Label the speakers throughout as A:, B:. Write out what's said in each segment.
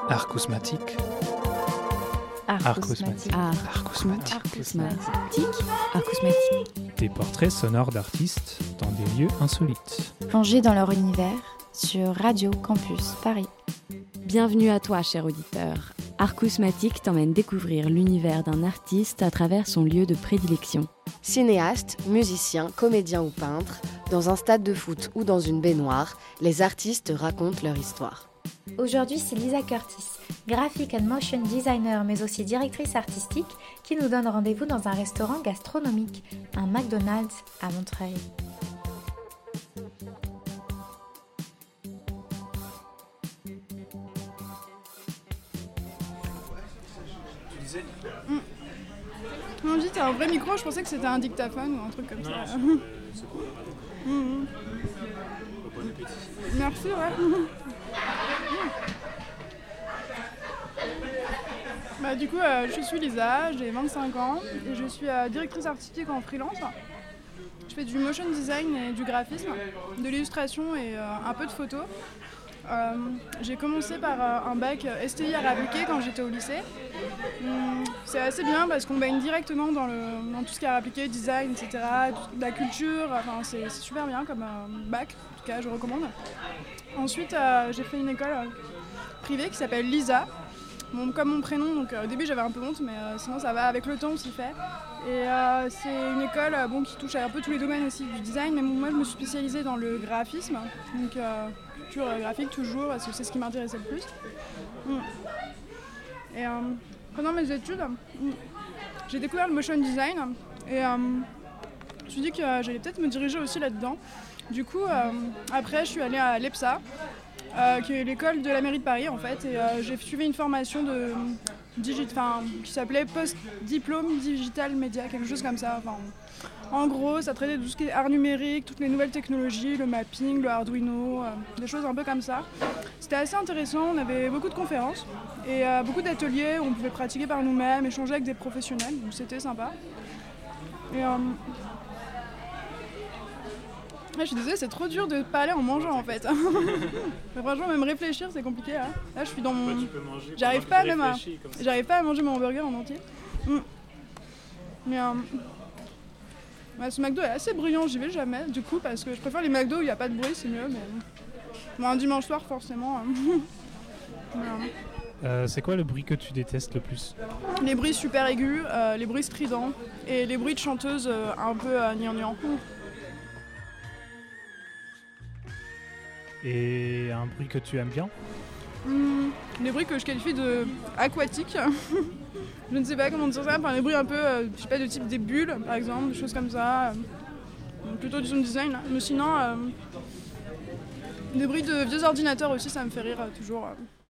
A: Arcousmatique. Des portraits sonores d'artistes dans des lieux insolites.
B: Plongés dans leur univers sur Radio Campus Paris.
C: Bienvenue à toi, cher auditeur. Arcousmatique t'emmène découvrir l'univers d'un artiste à travers son lieu de prédilection.
D: Cinéastes, musiciens, comédiens ou peintres, dans un stade de foot ou dans une baignoire, les artistes racontent leur histoire.
E: Aujourd'hui, c'est Lisa Curtis, graphic and motion designer mais aussi directrice artistique, qui nous donne rendez-vous dans un restaurant gastronomique, un McDonald's à Montreuil.
F: On dit t'as un vrai micro, je pensais que c'était un dictaphone ou un truc comme ça.
G: C'est cool. Bon appétit.
F: Merci, ouais. Du coup, je suis Lisa, j'ai 25 ans et je suis directrice artistique en freelance. Je fais du motion design et du graphisme, de l'illustration et un peu de photo. J'ai commencé par un bac STI art appliqué quand j'étais au lycée. C'est assez bien parce qu'on baigne directement dans tout ce qui est art appliqué, design, etc., la culture. Enfin, c'est super bien comme bac, en tout cas je recommande. Ensuite j'ai fait une école privée qui s'appelle Lisa. Bon, comme mon prénom, donc au début j'avais un peu honte, mais sinon ça va, avec le temps on s'y fait. Et c'est une école qui touche à un peu tous les domaines aussi du design, mais moi je me suis spécialisée dans le graphisme, donc culture graphique toujours, parce que c'est ce qui m'intéressait le plus. Et pendant mes études, j'ai découvert le motion design et je me suis dit que j'allais peut-être me diriger aussi là-dedans. Du coup, après je suis allée à l'EPSA, qui est l'école de la mairie de Paris en fait, et j'ai suivi une formation qui s'appelait post-diplôme digital média, quelque chose comme ça. Enfin, en gros, ça traitait de tout ce qui est art numérique, toutes les nouvelles technologies, le mapping, le Arduino, des choses un peu comme ça. C'était assez intéressant, on avait beaucoup de conférences et beaucoup d'ateliers où on pouvait pratiquer par nous-mêmes, échanger avec des professionnels, donc c'était sympa. Et je suis désolée, c'est trop dur de pas aller en mangeant en fait. Mais franchement, même réfléchir, c'est compliqué. Là, je suis dans mon.
G: Tu peux manger.
F: J'arrive pas à manger mon hamburger en entier. Mais ce McDo est assez bruyant, j'y vais jamais du coup, parce que je préfère les McDo où il n'y a pas de bruit, c'est mieux. Mais un dimanche soir, forcément.
A: C'est quoi le bruit que tu détestes le plus ?
F: Les bruits super aigus, les bruits stridents et les bruits de chanteuses un peu gnangnan.
A: Et un bruit que tu aimes bien ?
F: Les bruits que je qualifie de aquatiques. Je ne sais pas comment dire ça, enfin, les bruits un peu, je sais pas, de type des bulles par exemple, des choses comme ça. Plutôt du sound design là. Mais sinon, des bruits de vieux ordinateurs aussi, ça me fait rire toujours.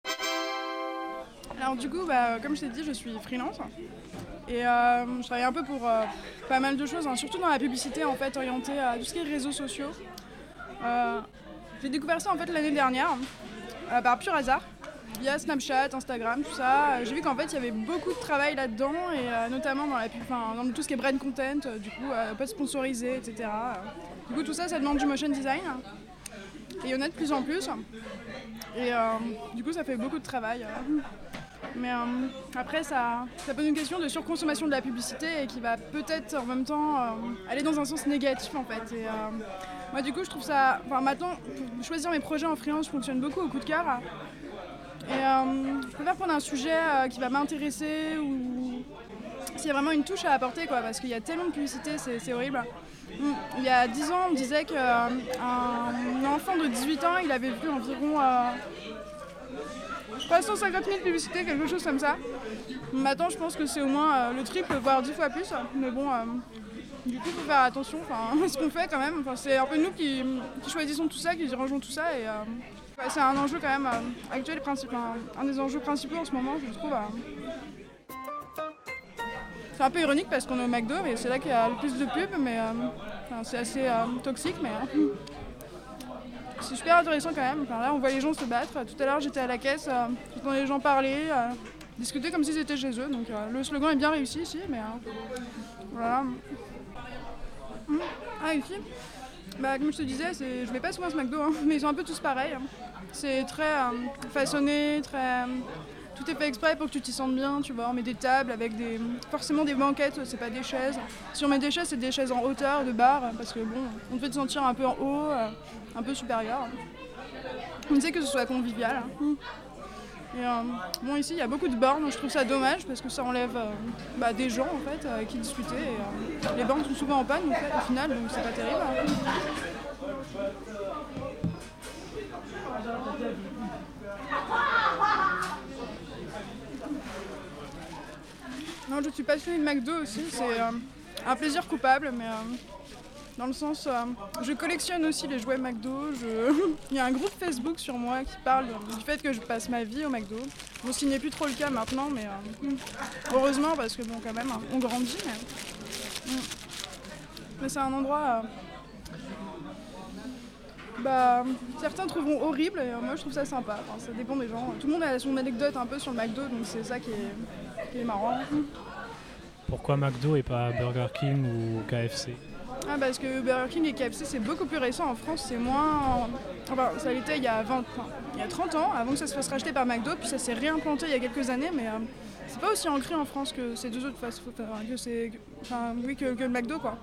F: Alors du coup, comme je t'ai dit, je suis freelance. Et je travaille un peu pour pas mal de choses, surtout dans la publicité en fait, orientée à tout ce qui est réseaux sociaux. J'ai découvert ça en fait l'année dernière, par pur hasard, via Snapchat, Instagram, tout ça. J'ai vu qu'en fait il y avait beaucoup de travail là-dedans, et notamment dans tout ce qui est brand content, du coup, pas sponsorisé, etc. Du coup tout ça, ça demande du motion design, et il y en a de plus en plus. Et du coup ça fait beaucoup de travail. Mais après ça pose une question de surconsommation de la publicité et qui va peut-être en même temps aller dans un sens négatif en fait. Et moi du coup je trouve ça, maintenant pour choisir mes projets en freelance je fonctionne beaucoup au coup de cœur. Et je préfère prendre un sujet qui va m'intéresser ou s'il y a vraiment une touche à apporter quoi, parce qu'il y a tellement de publicité, c'est horrible. Il y a 10 ans on me disait qu'un enfant de 18 ans il avait vu environ 350 000 publicités, quelque chose comme ça. Maintenant, je pense que c'est au moins le triple, voire 10 fois plus. Mais bon, du coup, il faut faire attention à ce qu'on fait quand même. C'est un peu nous qui choisissons tout ça, qui dirigeons tout ça. Et c'est un enjeu quand même actuel, un des enjeux principaux en ce moment, je trouve. C'est un peu ironique parce qu'on est au McDo, mais c'est là qu'il y a le plus de pubs. Mais c'est assez toxique, mais... C'est super intéressant quand même. Là, on voit les gens se battre. Tout à l'heure, j'étais à la caisse, j'entendais les gens parler, discuter comme s'ils étaient chez eux. Donc, le slogan est bien réussi ici, mais voilà. Ici, Comme je te disais, je vais pas souvent à ce McDo, hein, mais ils sont un peu tous pareils. Hein. C'est très façonné, tout est fait exprès pour que tu t'y sentes bien, tu vois. On met des tables avec forcément des banquettes, c'est pas des chaises. Si on met des chaises, c'est des chaises en hauteur de bar, parce que bon, on te fait te sentir un peu en haut, un peu supérieur. On sait que ce soit convivial. Hein. Et ici, il y a beaucoup de bornes, je trouve ça dommage, parce que ça enlève des gens, en fait, qui discutaient. Et, les bornes sont souvent en panne, en fait, au final, donc c'est pas terrible. Non, je suis passionnée de McDo aussi, c'est un plaisir coupable, mais dans le sens, je collectionne aussi les jouets McDo. Il y a un groupe Facebook sur moi qui parle du fait que je passe ma vie au McDo. Bon, ce qui n'est plus trop le cas maintenant, mais heureusement, parce que bon, quand même, on grandit. Mais c'est un endroit... certains trouveront horrible et moi je trouve ça sympa, enfin, ça dépend des gens. Tout le monde a son anecdote un peu sur le McDo, donc c'est ça qui est marrant.
A: Pourquoi McDo et pas Burger King ou KFC ?
F: Parce que Burger King et KFC c'est beaucoup plus récent en France, c'est moins... Enfin ça l'était il y a 30 ans, avant que ça se fasse racheter par McDo, puis ça s'est réimplanté il y a quelques années, mais c'est pas aussi ancré en France que ces deux autres fast-food, que le McDo quoi.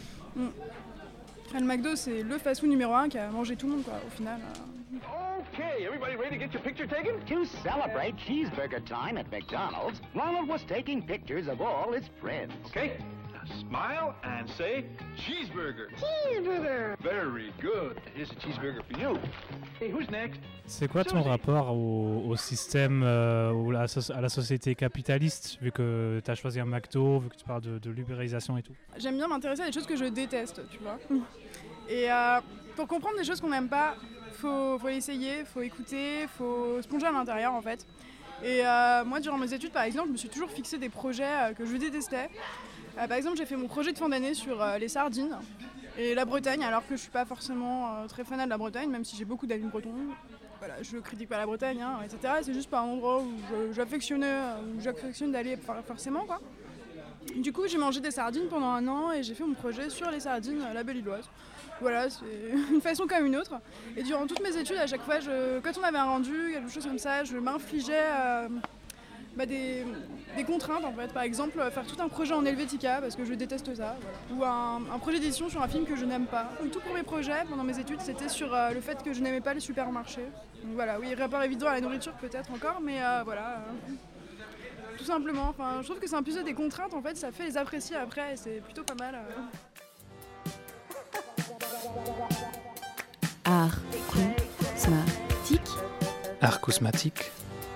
F: Le McDo, c'est le fast-food numéro 1 qui a mangé tout le monde, quoi, au final.
G: Okay, everybody ready to get your picture taken? To celebrate cheeseburger time at McDonald's, Ronald was taking pictures of all his friends. Okay, now smile and say cheeseburger. Cheeseburger. Very good. Here's a cheeseburger for you. Hey, who's next?
A: C'est quoi ton rapport au système, à la société capitaliste, vu que tu as choisi un McDo, vu que tu parles de libéralisation et tout?
F: J'aime bien m'intéresser à des choses que je déteste, tu vois. Et pour comprendre des choses qu'on n'aime pas, faut essayer, faut écouter, faut se plonger à l'intérieur en fait. Et moi, durant mes études, par exemple, je me suis toujours fixé des projets que je détestais. Par exemple, j'ai fait mon projet de fin d'année sur les sardines et la Bretagne, alors que je suis pas forcément très fanat de la Bretagne, même si j'ai beaucoup d'amis bretons. Voilà, je critique pas la Bretagne, hein, etc. C'est juste pas un endroit où j'affectionne d'aller forcément, quoi. Du coup, j'ai mangé des sardines pendant 1 an et j'ai fait mon projet sur les sardines la Belle-Îloise. Voilà, c'est une façon comme une autre. Et durant toutes mes études, à chaque fois, quand on avait un rendu, quelque chose comme ça, je m'infligeais des contraintes en fait. Par exemple, faire tout un projet en Helvetica parce que je déteste ça. Voilà. Ou un projet d'édition sur un film que je n'aime pas. Mon tout premier projet pendant mes études, c'était sur le fait que je n'aimais pas les supermarchés. Donc voilà, oui, rapport évident à la nourriture peut-être encore, mais voilà. Tout simplement, enfin, je trouve que c'est un puzzle des contraintes, en fait, ça fait les apprécier après et c'est plutôt pas mal.
C: Art cosmatique.
A: Art cosmatique.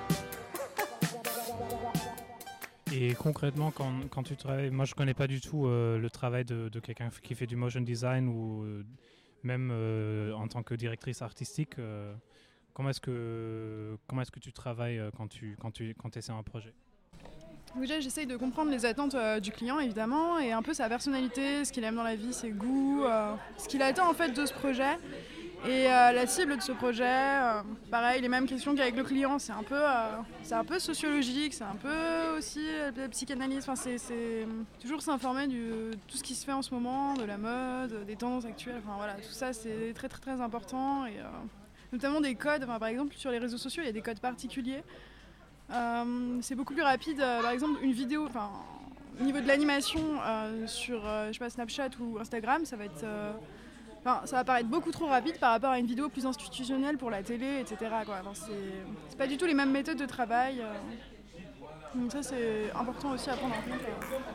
A: Et concrètement, quand tu travailles, moi je connais pas du tout le travail de quelqu'un qui fait du motion design ou même en tant que directrice artistique. Comment est-ce que tu travailles quand tu essaies un projet?
F: Déjà, j'essaye de comprendre les attentes du client, évidemment, et un peu sa personnalité, ce qu'il aime dans la vie, ses goûts, ce qu'il attend en fait de ce projet. Et la cible de ce projet, pareil, les mêmes questions qu'avec le client, c'est un peu sociologique, c'est un peu aussi la psychanalyse, enfin, c'est toujours s'informer de tout ce qui se fait en ce moment, de la mode, des tendances actuelles, enfin voilà, tout ça c'est très très très important, et notamment des codes, enfin, par exemple sur les réseaux sociaux il y a des codes particuliers. C'est beaucoup plus rapide, par exemple une vidéo, enfin au niveau de l'animation sur je sais pas, Snapchat ou Instagram, ça va paraître beaucoup trop rapide par rapport à une vidéo plus institutionnelle pour la télé, etc. quoi. Enfin, c'est pas du tout les mêmes méthodes de travail, donc ça c'est important aussi à prendre en compte.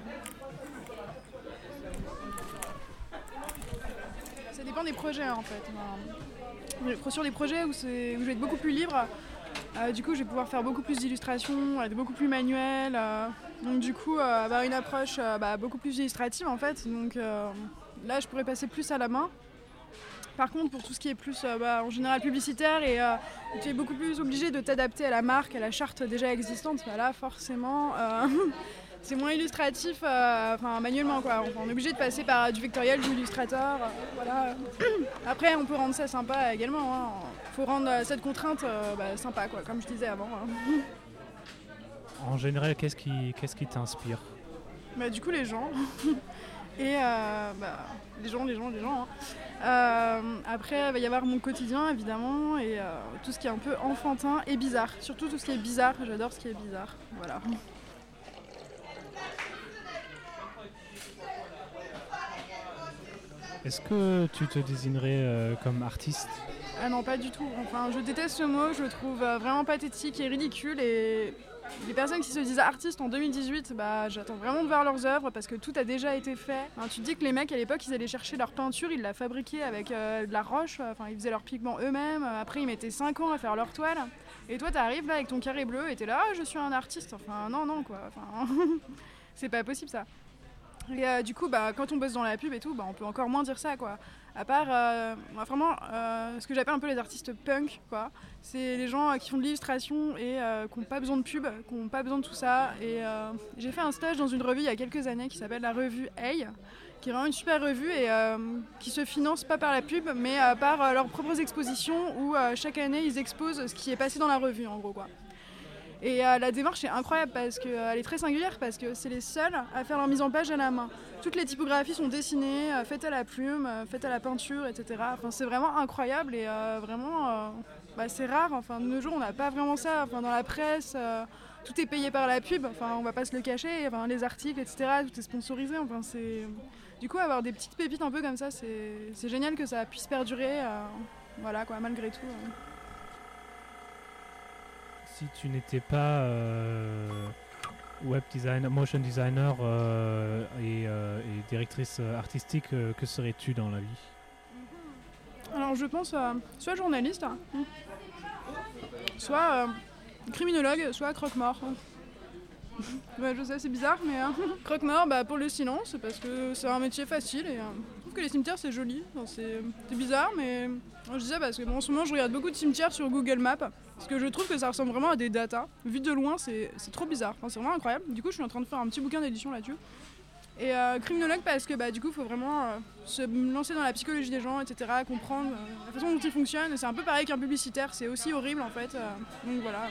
F: Ça dépend des projets en fait. Sur des projets où je vais être beaucoup plus libre, du coup je vais pouvoir faire beaucoup plus d'illustrations, être beaucoup plus manuel, donc du coup avoir une approche beaucoup plus illustrative en fait, donc là je pourrais passer plus à la main. Par contre pour tout ce qui est plus en général publicitaire et tu es beaucoup plus obligé de t'adapter à la marque, à la charte déjà existante, là forcément c'est moins illustratif manuellement quoi. Enfin, on est obligé de passer par du vectoriel, du Illustrator, voilà. Après on peut rendre ça sympa également, hein. Faut rendre cette contrainte sympa quoi, comme je disais avant.
A: En général, qu'est-ce qui t'inspire?
F: Du coup les gens. Et les gens. Après, il va y avoir mon quotidien, évidemment, et tout ce qui est un peu enfantin et bizarre. Surtout tout ce qui est bizarre, j'adore ce qui est bizarre. Voilà.
A: Est-ce que tu te désignerais comme artiste ?
F: Ah non, pas du tout. Enfin, je déteste ce mot, je le trouve vraiment pathétique et ridicule. Et les personnes qui se disent artistes en 2018, j'attends vraiment de voir leurs œuvres parce que tout a déjà été fait. Enfin, tu te dis que les mecs à l'époque, ils allaient chercher leur peinture, ils la fabriquaient avec de la roche, enfin, ils faisaient leurs pigments eux-mêmes. Après, ils mettaient 5 ans à faire leur toile. Et toi, t'arrives là avec ton carré bleu et t'es là, je suis un artiste. Enfin, non, quoi. Enfin, c'est pas possible ça. Et du coup, quand on bosse dans la pub et tout, on peut encore moins dire ça, quoi. À part, vraiment, ce que j'appelle un peu les artistes punk, quoi. C'est les gens qui font de l'illustration et qui n'ont pas besoin de pub, qui n'ont pas besoin de tout ça. Et j'ai fait un stage dans une revue il y a quelques années qui s'appelle la revue Hey, qui est vraiment une super revue et qui se finance pas par la pub, mais par leurs propres expositions où chaque année, ils exposent ce qui est passé dans la revue, en gros, quoi. Et la démarche est incroyable parce qu'elle est très singulière parce que c'est les seuls à faire leur mise en page à la main. Toutes les typographies sont dessinées, faites à la plume, faites à la peinture, etc. Enfin, c'est vraiment incroyable et vraiment, c'est rare. Enfin, de nos jours, on n'a pas vraiment ça. Enfin, dans la presse, tout est payé par la pub. Enfin, on va pas se le cacher. Enfin, les articles, etc. Tout est sponsorisé. Enfin, du coup, avoir des petites pépites un peu comme ça, c'est génial que ça puisse perdurer. Voilà, quoi, malgré tout.
A: Si tu n'étais pas web designer, motion designer et directrice artistique, que serais-tu dans la vie ?
F: Alors je pense soit journaliste, soit criminologue, soit croque-mort. Ouais, je sais, c'est bizarre, mais croque-mort pour le silence, parce que c'est un métier facile et je trouve que les cimetières c'est joli. Enfin, c'est bizarre, mais je dis ça parce que en ce moment je regarde beaucoup de cimetières sur Google Maps, parce que je trouve que ça ressemble vraiment à des datas. Vu de loin, c'est trop bizarre, enfin, c'est vraiment incroyable. Du coup, je suis en train de faire un petit bouquin d'édition là-dessus. Et criminologue parce que du coup, il faut vraiment se lancer dans la psychologie des gens, etc., comprendre la façon dont ils fonctionnent. C'est un peu pareil qu'un publicitaire, c'est aussi horrible en fait. Donc voilà.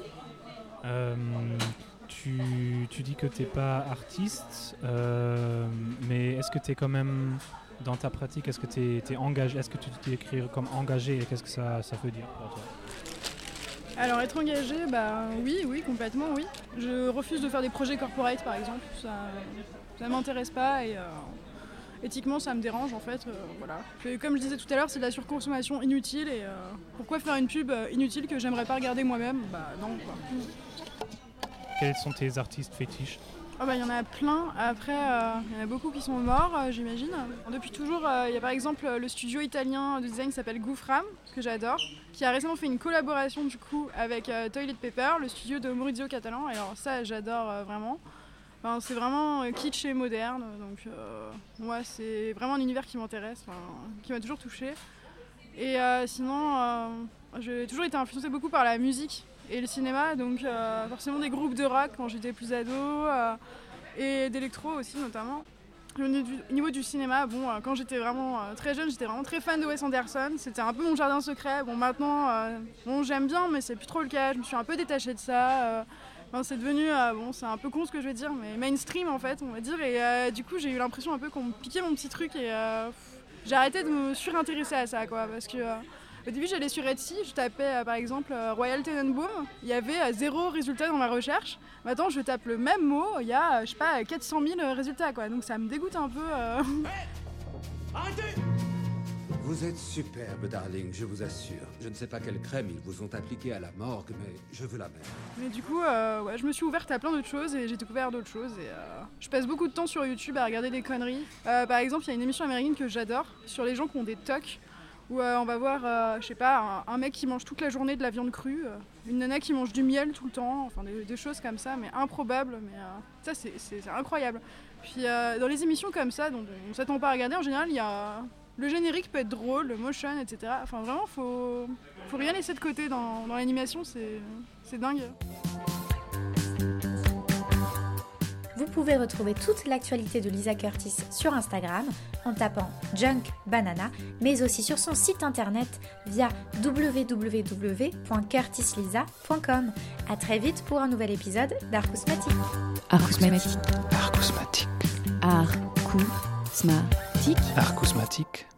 A: Tu dis que tu n'es pas artiste, mais est-ce que tu es quand même, dans ta pratique, est-ce que tu es engagé, est-ce que tu te décris comme engagé et qu'est-ce que ça veut dire pour toi ?
F: Alors être engagé, oui, complètement oui. Je refuse de faire des projets corporate par exemple, ça m'intéresse pas et éthiquement ça me dérange en fait. Voilà. Comme je disais tout à l'heure, c'est de la surconsommation inutile et pourquoi faire une pub inutile que j'aimerais pas regarder moi-même ? Non quoi.
A: Quels sont tes artistes fétiches ?
F: Il y en a plein. Après, il y en a beaucoup qui sont morts, j'imagine. Depuis toujours, il y a par exemple le studio italien de design qui s'appelle Gouffram, que j'adore, qui a récemment fait une collaboration du coup avec Toilet Paper, le studio de Maurizio Catalan. Et alors ça, j'adore vraiment. Enfin, c'est vraiment kitsch et moderne. Donc, moi, c'est vraiment un univers qui m'intéresse, qui m'a toujours touchée. Et sinon, j'ai toujours été influencée beaucoup par la musique et le cinéma, donc forcément des groupes de rock quand j'étais plus ado et d'électro aussi notamment. Au niveau du cinéma, quand j'étais vraiment très jeune, j'étais vraiment très fan de Wes Anderson. C'était un peu mon jardin secret. Maintenant, j'aime bien, mais c'est plus trop le cas. Je me suis un peu détachée de ça. C'est devenu, c'est un peu con ce que je vais dire, mais mainstream en fait, on va dire. Et du coup, j'ai eu l'impression un peu qu'on me piquait mon petit truc et j'ai arrêté de me surintéresser à ça, quoi, parce que au début, j'allais sur Etsy, je tapais par exemple Royal Tenenbaum, il y avait 0 résultat dans ma recherche. Maintenant, je tape le même mot, il y a, 400 000 résultats, quoi. Donc ça me dégoûte un peu.
H: Vous êtes superbe, darling, je vous assure. Je ne sais pas quelle crème ils vous ont appliquée à la morgue, mais je veux la même.
F: Mais du coup, je me suis ouverte à plein d'autres choses et j'ai découvert d'autres choses. Et je passe beaucoup de temps sur YouTube à regarder des conneries. Par exemple, il y a une émission américaine que j'adore sur les gens qui ont des TOC. Où on va voir, un mec qui mange toute la journée de la viande crue, une nana qui mange du miel tout le temps, enfin des choses comme ça, mais improbables, mais ça c'est incroyable. Puis dans les émissions comme ça, dont on ne s'attend pas à regarder, en général, il y a le générique peut être drôle, le motion, etc. Enfin vraiment, faut rien laisser de côté dans l'animation, c'est dingue.
E: Vous pouvez retrouver toute l'actualité de Lisa Curtis sur Instagram en tapant Junk Banana, mais aussi sur son site internet via www.curtislisa.com. À très vite pour un nouvel épisode d'Arcousmatique.
C: Arcousmatique.
I: Arcousmatique.
C: Arcousmatique. Arcousmatique.
A: Arcousmatique.